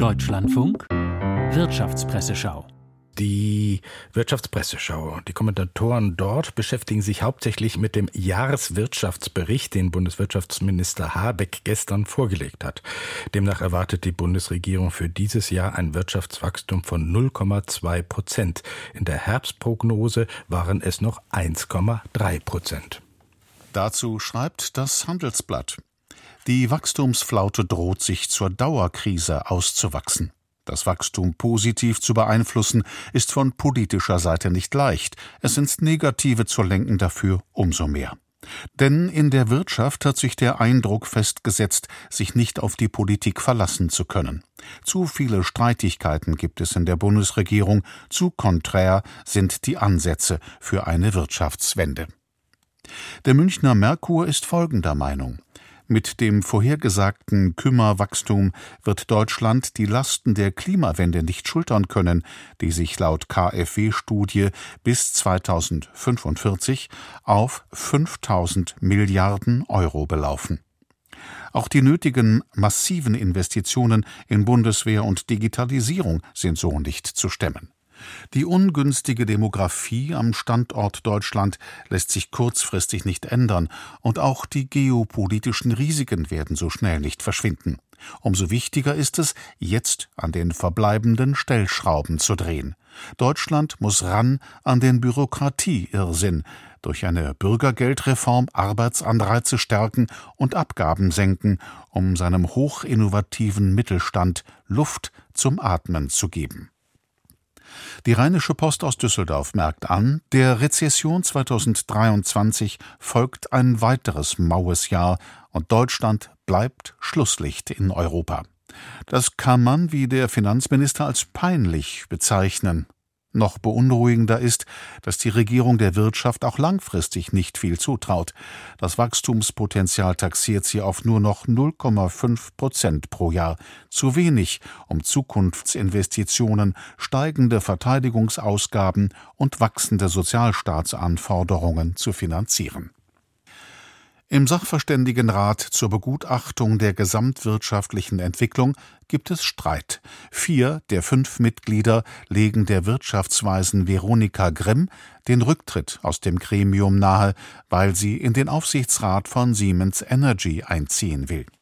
Deutschlandfunk Wirtschaftspresseschau. Die Wirtschaftspresseschau. Die Kommentatoren dort beschäftigen sich hauptsächlich mit dem Jahreswirtschaftsbericht, den Bundeswirtschaftsminister Habeck gestern vorgelegt hat. Demnach erwartet die Bundesregierung für dieses Jahr ein Wirtschaftswachstum von 0,2%. In der Herbstprognose waren es noch 1,3%. Dazu schreibt das Handelsblatt: Die Wachstumsflaute droht sich zur Dauerkrise auszuwachsen. Das Wachstum positiv zu beeinflussen, ist von politischer Seite nicht leicht. Es ins Negative zu lenken dafür umso mehr. Denn in der Wirtschaft hat sich der Eindruck festgesetzt, sich nicht auf die Politik verlassen zu können. Zu viele Streitigkeiten gibt es in der Bundesregierung, zu konträr sind die Ansätze für eine Wirtschaftswende. Der Münchner Merkur ist folgender Meinung: Mit dem vorhergesagten Kümmerwachstum wird Deutschland die Lasten der Klimawende nicht schultern können, die sich laut KfW-Studie bis 2045 auf 5.000 Milliarden Euro belaufen. Auch die nötigen massiven Investitionen in Bundeswehr und Digitalisierung sind so nicht zu stemmen. Die ungünstige Demografie am Standort Deutschland lässt sich kurzfristig nicht ändern, und auch die geopolitischen Risiken werden so schnell nicht verschwinden. Umso wichtiger ist es, jetzt an den verbleibenden Stellschrauben zu drehen. Deutschland muss ran an den Bürokratieirrsinn, durch eine Bürgergeldreform Arbeitsanreize stärken und Abgaben senken, um seinem hochinnovativen Mittelstand Luft zum Atmen zu geben. Die Rheinische Post aus Düsseldorf merkt an, der Rezession 2023 folgt ein weiteres maues Jahr und Deutschland bleibt Schlusslicht in Europa. Das kann man, wie der Finanzminister, als peinlich bezeichnen. Noch beunruhigender ist, dass die Regierung der Wirtschaft auch langfristig nicht viel zutraut. Das Wachstumspotenzial taxiert sie auf nur noch 0,5% pro Jahr. Zu wenig, um Zukunftsinvestitionen, steigende Verteidigungsausgaben und wachsende Sozialstaatsanforderungen zu finanzieren. Im Sachverständigenrat zur Begutachtung der gesamtwirtschaftlichen Entwicklung gibt es Streit. 4 der 5 Mitglieder legen der Wirtschaftsweisen Veronika Grimm den Rücktritt aus dem Gremium nahe, weil sie in den Aufsichtsrat von Siemens Energy einziehen will.